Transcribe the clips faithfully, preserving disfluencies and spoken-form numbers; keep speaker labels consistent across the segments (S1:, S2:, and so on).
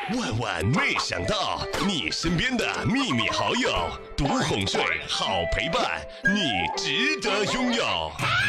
S1: 万万没想到，你身边的秘密好友，独哄睡，好陪伴，你值得拥有。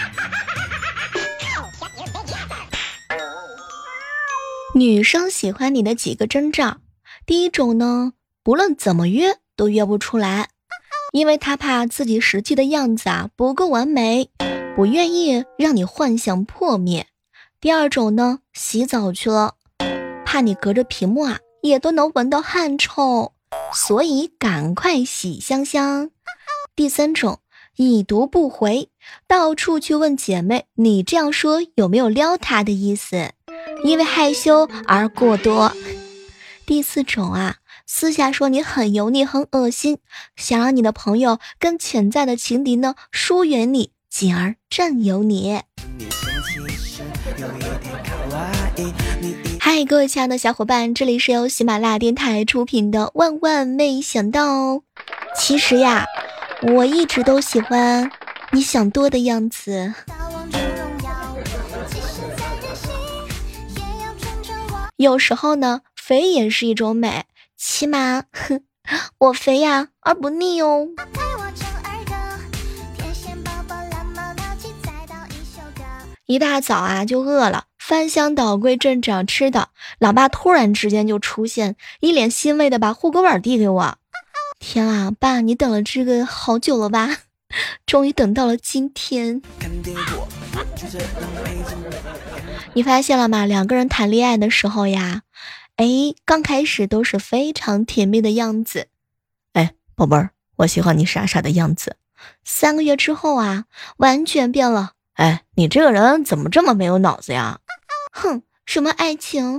S2: 女生喜欢你的几个征兆，第一种呢，不论怎么约都约不出来，因为她怕自己实际的样子啊不够完美，不愿意让你幻想破灭。第二种呢，洗澡去了，怕你隔着屏幕啊也都能闻到汗臭，所以赶快洗香香。第三种，已读不回，到处去问姐妹你这样说有没有撩她的意思，因为害羞而过多。第四种啊，私下说你很油腻很恶心，想让你的朋友跟潜在的情敌呢疏远你，进而占有你。嗨，各位亲爱的小伙伴，这里是由喜马拉雅电台出品的万万没想到。其实呀，我一直都喜欢你想多的样子。有时候呢，肥也是一种美，起码哼，我肥呀而不腻哦。一大早啊就饿了，翻箱倒柜正找吃的，老爸突然之间就出现，一脸欣慰的把护锅碗递给我。天啊，爸，你等了这个好久了吧？终于等到了今天。你发现了吗？两个人谈恋爱的时候呀，哎，刚开始都是非常甜蜜的样子。哎，宝贝儿，我喜欢你傻傻的样子。三个月之后啊，完全变了。哎，你这个人怎么这么没有脑子呀？哼，什么爱情？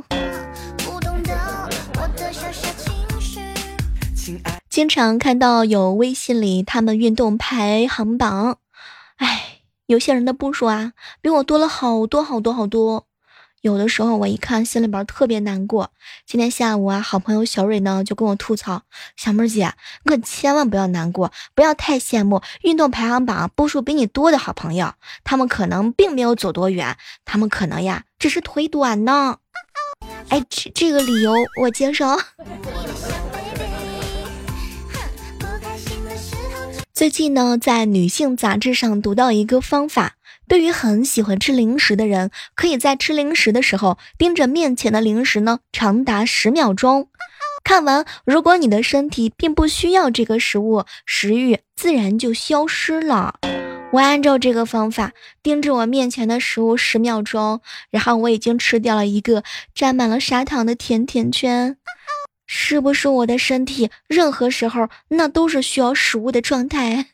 S2: 经常看到有微信里他们运动排行榜，哎，有些人的步数啊，比我多了好多好多好多。有的时候我一看心里边特别难过。今天下午啊，好朋友小蕊呢就跟我吐槽，小妹姐，你可千万不要难过，不要太羡慕运动排行榜步数比你多的好朋友，他们可能并没有走多远，他们可能呀只是腿短呢。哎，这这个理由我接受。最近呢，在女性杂志上读到一个方法，对于很喜欢吃零食的人，可以在吃零食的时候盯着面前的零食呢长达十秒钟，看完如果你的身体并不需要这个食物，食欲自然就消失了。我按照这个方法盯着我面前的食物十秒钟，然后我已经吃掉了一个沾满了砂糖的甜甜圈。是不是我的身体任何时候那都是需要食物的状态？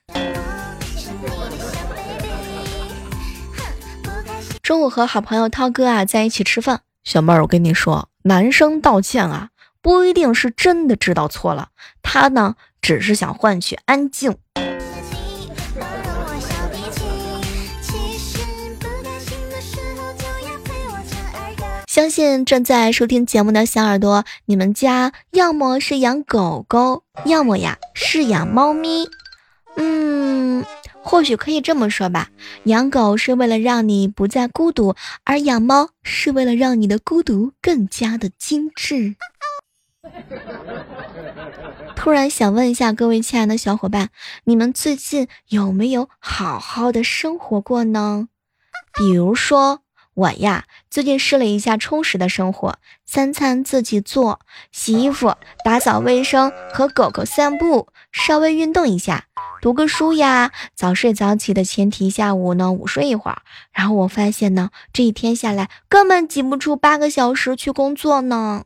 S2: 中午和好朋友涛哥啊在一起吃饭，小妹儿，我跟你说，男生道歉啊不一定是真的知道错了，他呢只是想换取安静。相信正在收听节目的小耳朵，你们家要么是养狗狗，要么呀是养猫咪。嗯，或许可以这么说吧，养狗是为了让你不再孤独，而养猫是为了让你的孤独更加的精致。突然想问一下各位亲爱的小伙伴，你们最近有没有好好的生活过呢？比如说我呀，最近试了一下充实的生活，三餐自己做，洗衣服，打扫卫生，和狗狗散步，稍微运动一下，读个书呀，早睡早起的前提下午呢午睡一会儿。然后我发现呢，这一天下来根本挤不出八个小时去工作呢。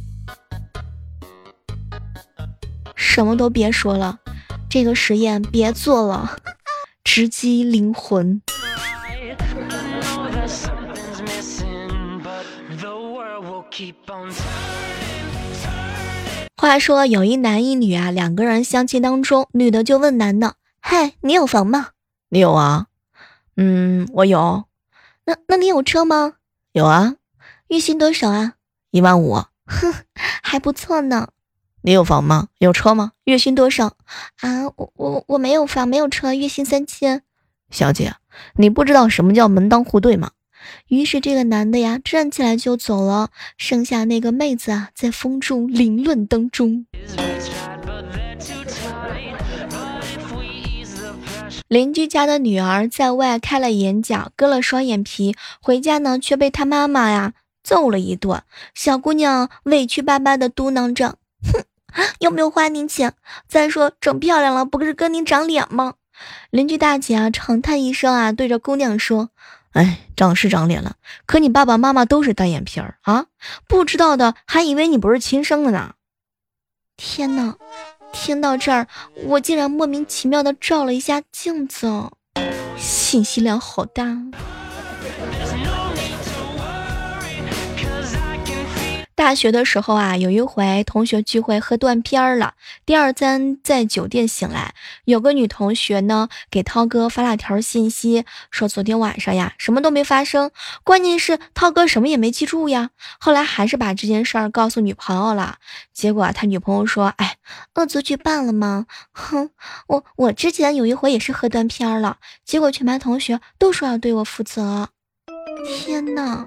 S2: 什么都别说了，这个实验别做了，直击灵魂。话说有一男一女啊，两个人相亲当中，女的就问男的，嗨，你有房吗？你有啊。嗯，我有。那那你有车吗？有啊。月薪多少啊？一万五。哼，还不错呢。你有房吗？有车吗？月薪多少啊？我我我没有房，没有车，月薪三千。小姐，你不知道什么叫门当户对吗？ 于是这个男的呀站起来就走了，剩下那个妹子啊在风中凌乱当中。邻居家的女儿在外开了眼角，割了双眼皮，回家呢却被她妈妈呀揍了一顿。小姑娘委屈巴巴的嘟囔着：“哼，又没有花你钱，再说整漂亮了不是跟你长脸吗？”邻居大姐啊长叹一声啊，对着姑娘说：“哎，长是长脸了，可你爸爸妈妈都是单眼皮儿啊，不知道的还以为你不是亲生的呢。”天哪！听到这儿，我竟然莫名其妙的照了一下镜子，信息量好大。大学的时候啊，有一回同学聚会喝断片儿了，第二天在酒店醒来，有个女同学呢给涛哥发了条信息，说昨天晚上呀什么都没发生，关键是涛哥什么也没记住呀。后来还是把这件事儿告诉女朋友了，结果他女朋友说：“哎，恶作剧办了吗？哼，我我之前有一回也是喝断片儿了，结果全班同学都说要对我负责。”天哪！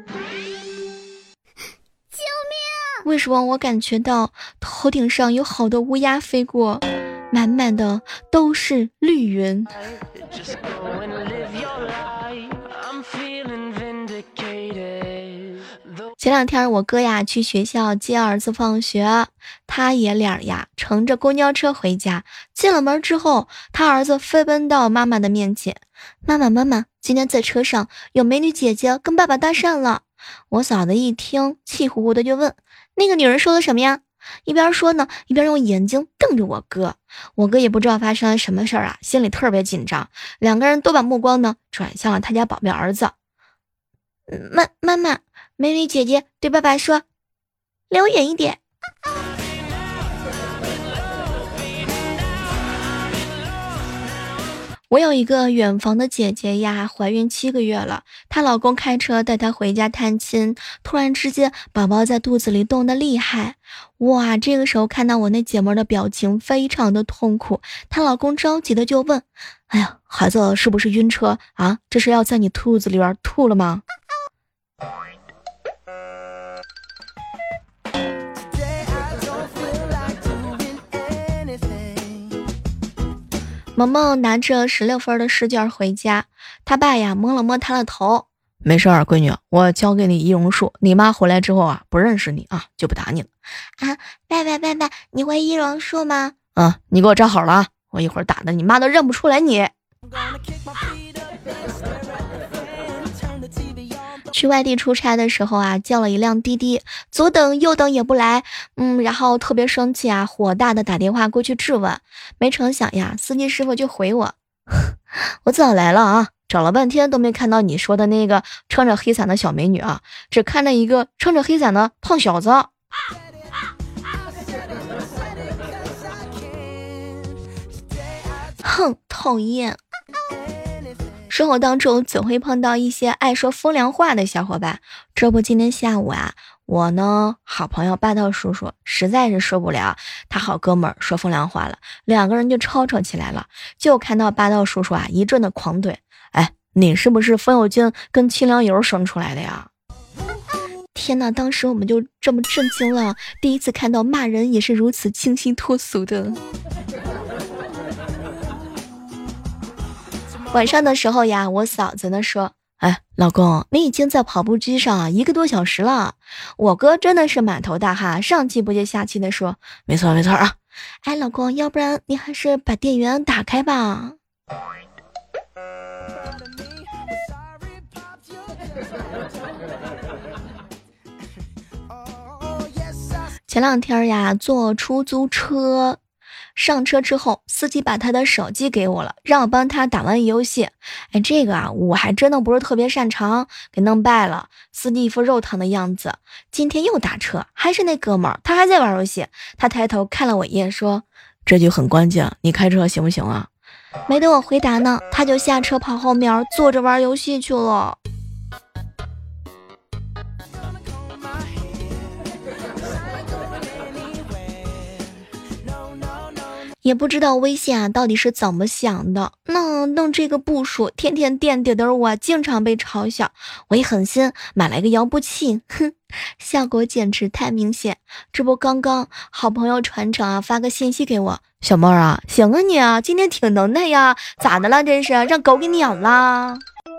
S2: 为什么我感觉到头顶上有好多乌鸦飞过，满满的都是绿云？前两天我哥呀去学校接儿子放学，他爷俩呀乘着公交车回家，进了门之后，他儿子飞奔到妈妈的面前：“妈妈妈妈，今天在车上有美女姐姐跟爸爸搭讪了。”我嫂子一听气呼呼的就问：“那个女人说了什么呀？”一边说呢，一边用眼睛瞪着我哥。我哥也不知道发生了什么事儿啊，心里特别紧张。两个人都把目光呢转向了他家宝贝儿子。妈妈妈，美女姐姐对爸爸说：“离我远一点。”我有一个远房的姐姐呀，怀孕七个月了，她老公开车带她回家探亲，突然之间宝宝在肚子里动得厉害。哇，这个时候看到我那姐们的表情非常的痛苦，她老公着急的就问：“哎呀，孩子是不是晕车啊？这是要在你肚子里边吐了吗？”萌萌拿着十六分的试卷回家，他爸呀摸了摸他的头：“没事儿，闺女，我教给你易容术，你妈回来之后啊不认识你啊就不打你了。”啊，爸爸爸爸，你会易容术吗？嗯，你给我站好了啊，我一会儿打的你妈都认不出来你。去外地出差的时候啊，叫了一辆滴滴，左等右等也不来，嗯，然后特别生气啊，火大的打电话过去质问，没成想呀，司机师傅就回我：“我早来了啊，找了半天都没看到你说的那个穿着黑伞的小美女啊，只看着一个穿着黑伞的胖小子。”哼，讨厌。生活当中总会碰到一些爱说风凉话的小伙伴，这不今天下午啊，我呢好朋友霸道叔叔实在是受不了他好哥们儿说风凉话了，两个人就吵吵起来了。就看到霸道叔叔啊一阵的狂怼：“哎，你是不是风油精跟清凉油生出来的呀？”天哪，当时我们就这么震惊了，第一次看到骂人也是如此清新脱俗的。晚上的时候呀，我嫂子呢说：“哎，老公，你已经在跑步机上啊一个多小时了。”我哥真的是满头大汗，上气不接下气的说：“没错没错啊，哎，老公，要不然你还是把电源打开吧。”前两天呀，坐出租车。上车之后，司机把他的手机给我了，让我帮他打完游戏。哎，这个啊，我还真的不是特别擅长，给弄败了。司机一副肉疼的样子。今天又打车，还是那哥们儿，他还在玩游戏。他抬头看了我一眼，说：“这句很关键，你开车行不行啊？”没等我回答呢，他就下车跑后面坐着玩游戏去了。 也不知道微信啊到底是怎么想的，那弄这个步数，天天垫底的我经常被嘲笑。我一狠心买了一个遥步器，哼，效果简直太明显。这不刚刚好朋友船长啊发个信息给我，小妹儿啊，行啊你啊，今天挺能耐呀，咋的了？真是让狗给撵了。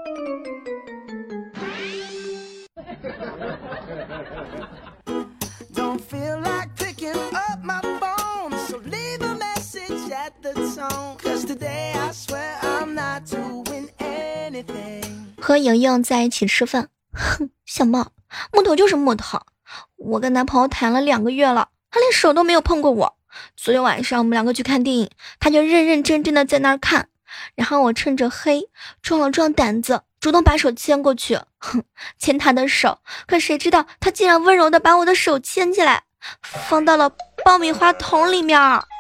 S2: 和莹莹在一起吃饭，哼，小猫，木头就是木头。我跟男朋友谈了两个月了，他连手都没有碰过我。昨天晚上我们两个去看电影，他就认认真真的在那儿看，然后我趁着黑壮了壮胆子，主动把手牵过去，哼，牵他的手。可谁知道他竟然温柔的把我的手牵起来，放到了爆米花桶里面。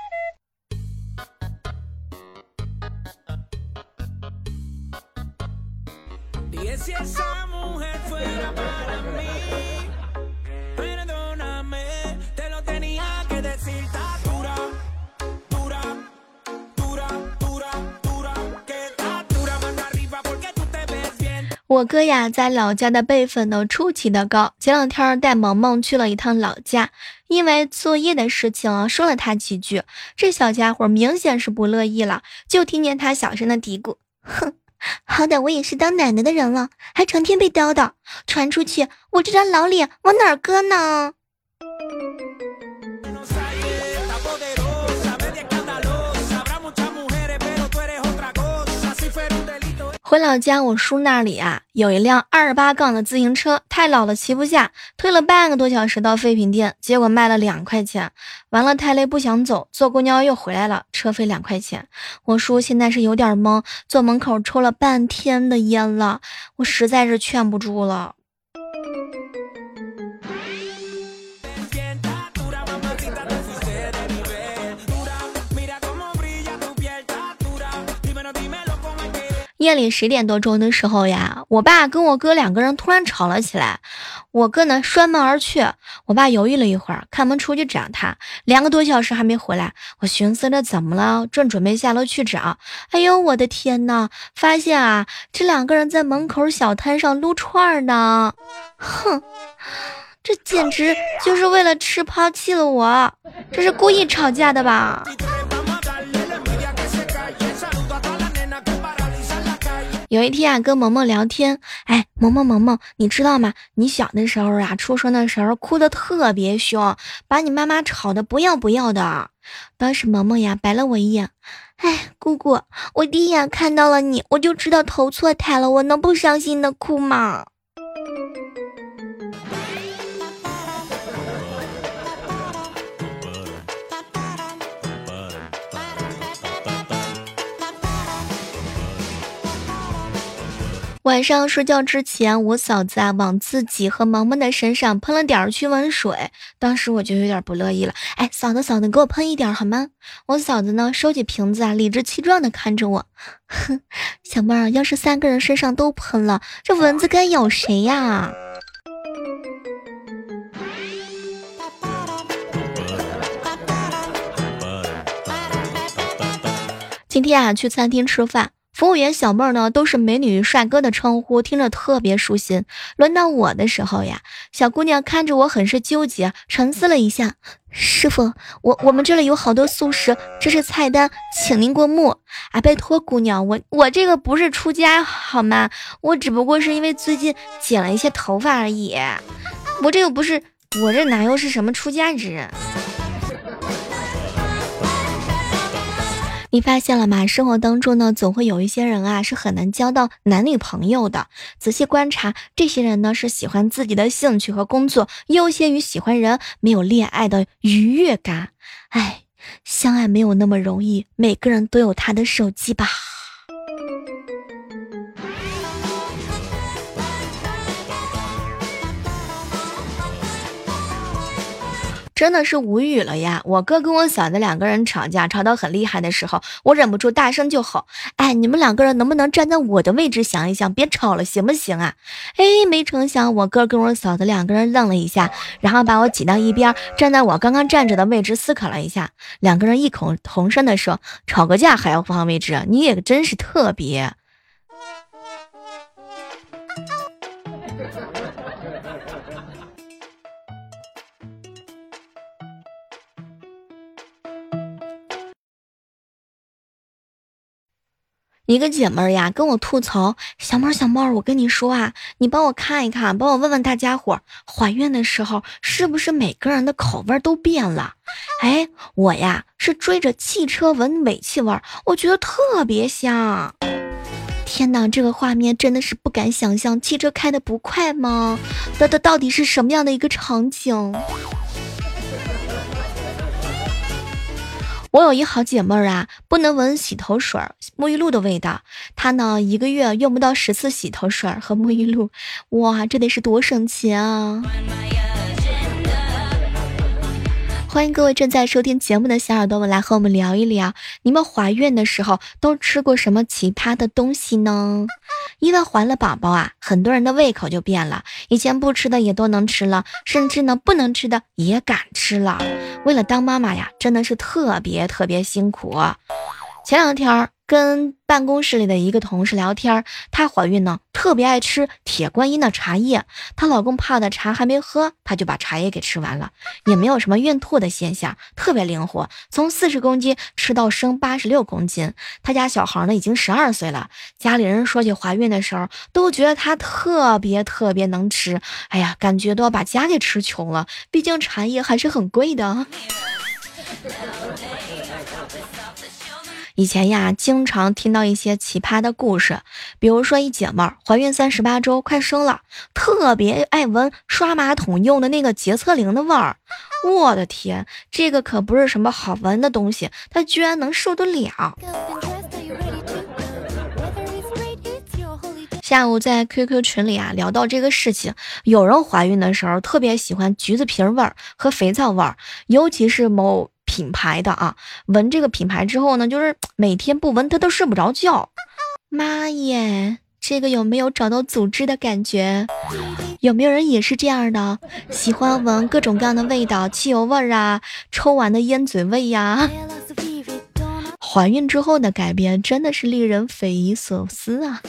S2: 我哥呀在老家的辈分呢出奇的高，前两天带萌萌去了一趟老家，因为作业的事情啊说了他几句，这小家伙明显是不乐意了，就听见他小声的嘀咕，哼，好歹我也是当奶奶的人了，还成天被叨叨，传出去我这张老脸往哪儿搁呢？回老家我叔那里啊有一辆二十八杠的自行车，太老了骑不下，推了半个多小时到废品店，结果卖了两块钱，完了太累不想走，坐公交又回来了，车费两块钱。我叔现在是有点懵，坐门口抽了半天的烟了，我实在是劝不住了。夜里十点多钟的时候呀，我爸跟我哥两个人突然吵了起来，我哥呢摔门而去，我爸犹豫了一会儿，开门出去找他，两个多小时还没回来，我寻思着怎么了，正准备下楼去找，哎呦我的天哪，发现啊这两个人在门口小摊上撸串呢，哼，这简直就是为了吃抛弃了我，这是故意吵架的吧？有一天啊，跟萌萌聊天，哎，萌萌萌萌，你知道吗？你小的时候啊，出生的时候哭得特别凶，把你妈妈吵得不要不要的。当时萌萌呀白了我一眼，哎，姑姑，我第一眼看到了你，我就知道投错胎了，我能不伤心的哭吗？晚上睡觉之前，我嫂子啊往自己和萌萌的身上喷了点驱蚊水，当时我就有点不乐意了，哎，嫂子嫂子，给我喷一点好吗？我嫂子呢收起瓶子啊，理直气壮的看着我，哼，小妹儿，要是三个人身上都喷了，这蚊子该咬谁呀？今天啊去餐厅吃饭，服务员小妹儿呢都是美女帅哥的称呼，听着特别舒心。轮到我的时候呀，小姑娘看着我很是纠结，沉思了一下，师傅，我我们这里有好多素食，这是菜单，请您过目啊！拜托姑娘，我我这个不是出家好吗？我只不过是因为最近剪了一些头发而已，我这个不是，我这哪又是什么出家之人？你发现了吗？生活当中呢，总会有一些人啊，是很难交到男女朋友的。仔细观察，这些人呢，是喜欢自己的兴趣和工作，优先于喜欢人，没有恋爱的愉悦感。哎，相爱没有那么容易，每个人都有他的手机吧。 真的是无语了呀！我哥跟我嫂子两个人吵架，吵得很厉害的时候，我忍不住大声就吼：哎，你们两个人能不能站在我的位置想一想，别吵了行不行啊？哎，没成想我哥跟我嫂子两个人愣了一下，然后把我挤到一边，站在我刚刚站着的位置思考了一下，两个人异口同声地说：吵个架还要换位置，你也真是特别。一个姐妹儿呀跟我吐槽：小妹儿小妹儿，我跟你说啊，你帮我看一看，帮我问问大家伙，怀孕的时候是不是每个人的口味都变了？哎，我呀是追着汽车闻尾气味，我觉得特别香。天哪，这个画面真的是不敢想象，汽车开得不快吗？到到到底是什么样的一个场景？我有一好姐妹儿啊，不能闻洗头水、沐浴露的味道。她呢，一个月用不到十次洗头水和沐浴露，哇，这得是多省钱啊！欢迎各位正在收听节目的小耳朵们来和我们聊一聊，你们怀孕的时候都吃过什么奇葩的东西呢？因为怀了宝宝啊，很多人的胃口就变了，以前不吃的也都能吃了，甚至呢不能吃的也敢吃了。为了当妈妈呀，真的是特别特别辛苦啊。前两天跟办公室里的一个同事聊天，她怀孕呢，特别爱吃铁观音的茶叶，她老公泡的茶还没喝，她就把茶叶给吃完了，也没有什么孕吐的现象，特别灵活，从四十公斤吃到升八十六公斤。她家小孩呢已经十二岁了，家里人说起怀孕的时候，都觉得她特别特别能吃，哎呀，感觉都要把家给吃穷了，毕竟茶叶还是很贵的。以前呀，经常听到一些奇葩的故事，比如说一姐妹儿怀孕三十八周，快生了，特别爱闻刷马桶用的那个洁厕灵的味儿。我的天，这个可不是什么好闻的东西，她居然能受得了。下午在 Q Q 群里啊聊到这个事情，有人怀孕的时候特别喜欢橘子皮味儿和肥皂味儿，尤其是某品牌的啊，闻这个品牌之后呢，就是每天不闻他都睡不着觉。妈耶，这个有没有找到组织的感觉？有没有人也是这样的，喜欢闻各种各样的味道，汽油味儿啊，抽完的烟嘴味呀？怀孕之后的改变真的是令人匪夷所思啊。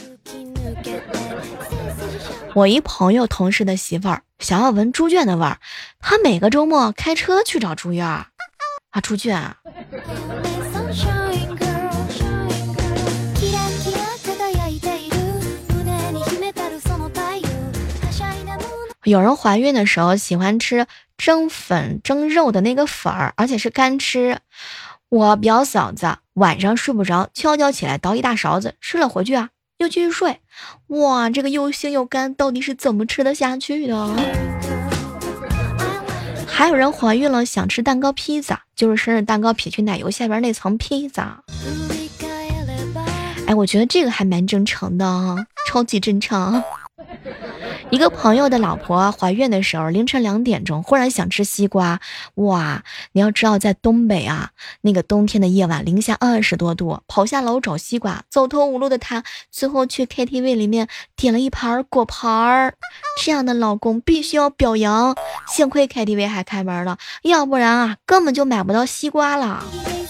S2: 我一朋友同事的媳妇儿想要闻猪圈的味儿，他每个周末开车去找猪院啊，猪圈啊。有人怀孕的时候喜欢吃蒸粉蒸肉的那个粉儿，而且是干吃。我表嫂子晚上睡不着，悄悄起来倒一大勺子吃了回去啊，又继续睡。哇，这个又腥又干，到底是怎么吃得下去的？还有人怀孕了想吃蛋糕披萨，就是生日蛋糕撇去奶油下边那层披萨。哎，我觉得这个还蛮正常的，超级正常。一个朋友的老婆怀孕的时候，凌晨两点钟忽然想吃西瓜。哇，你要知道在东北啊，那个冬天的夜晚零下二十多度，跑下楼找西瓜，走投无路的她最后去 K T V 里面点了一盘果盘。这样的老公必须要表扬，幸亏 K T V 还开门了，要不然啊根本就买不到西瓜了。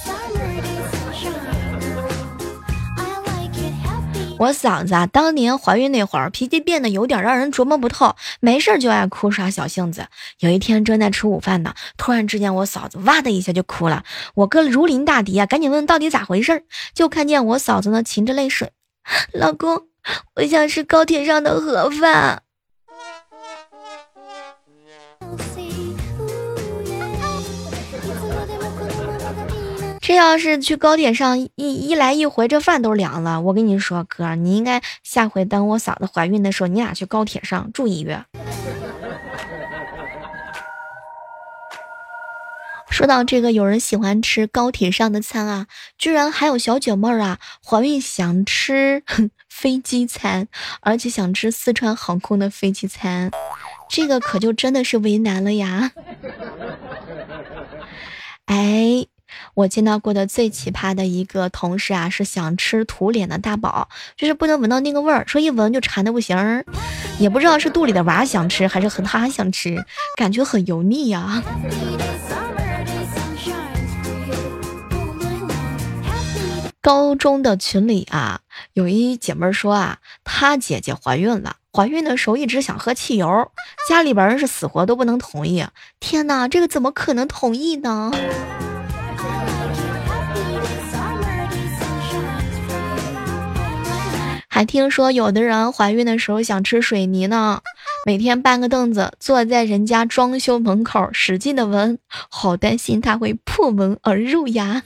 S2: 我嫂子啊，当年怀孕那会儿，脾气变得有点让人琢磨不透，没事就爱哭耍小性子。有一天正在吃午饭呢，突然之间我嫂子哇的一下就哭了。我哥如临大敌啊，赶紧问到底咋回事，就看见我嫂子呢噙着泪水，老公，我想吃高铁上的盒饭。这要是去高铁上一一来一回，这饭都凉了。我跟你说，哥，你应该下回等我嫂子怀孕的时候，你俩去高铁上住一月。说到这个，有人喜欢吃高铁上的餐啊，居然还有小姐妹儿啊，怀孕想吃飞机餐，而且想吃四川航空的飞机餐，这个可就真的是为难了呀。 哎，我见到过的最奇葩的一个同事啊，是想吃土脸的大宝，就是不能闻到那个味儿，说一闻就馋的不行，也不知道是肚里的娃想吃，还是和他想吃，感觉很油腻呀、啊。高中的群里啊，有一姐妹说啊，她姐姐怀孕了，怀孕的时候一直想喝汽油，家里边人是死活都不能同意。天哪，这个怎么可能同意呢？还听说有的人怀孕的时候想吃水泥呢，每天搬个凳子坐在人家装修门口使劲的闻，好担心他会破门而入呀。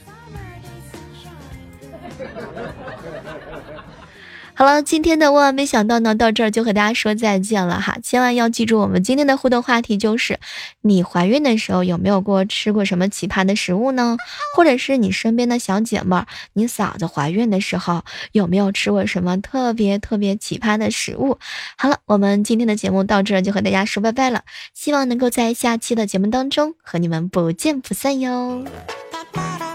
S2: 好了，今天的万万没想到呢，到这儿就和大家说再见了哈！千万要记住，我们今天的互动话题就是：你怀孕的时候有没有过吃过什么奇葩的食物呢？或者是你身边的小姐妹儿，你嫂子怀孕的时候有没有吃过什么特别特别奇葩的食物？好了，我们今天的节目到这儿就和大家说拜拜了，希望能够在下期的节目当中和你们不见不散哟。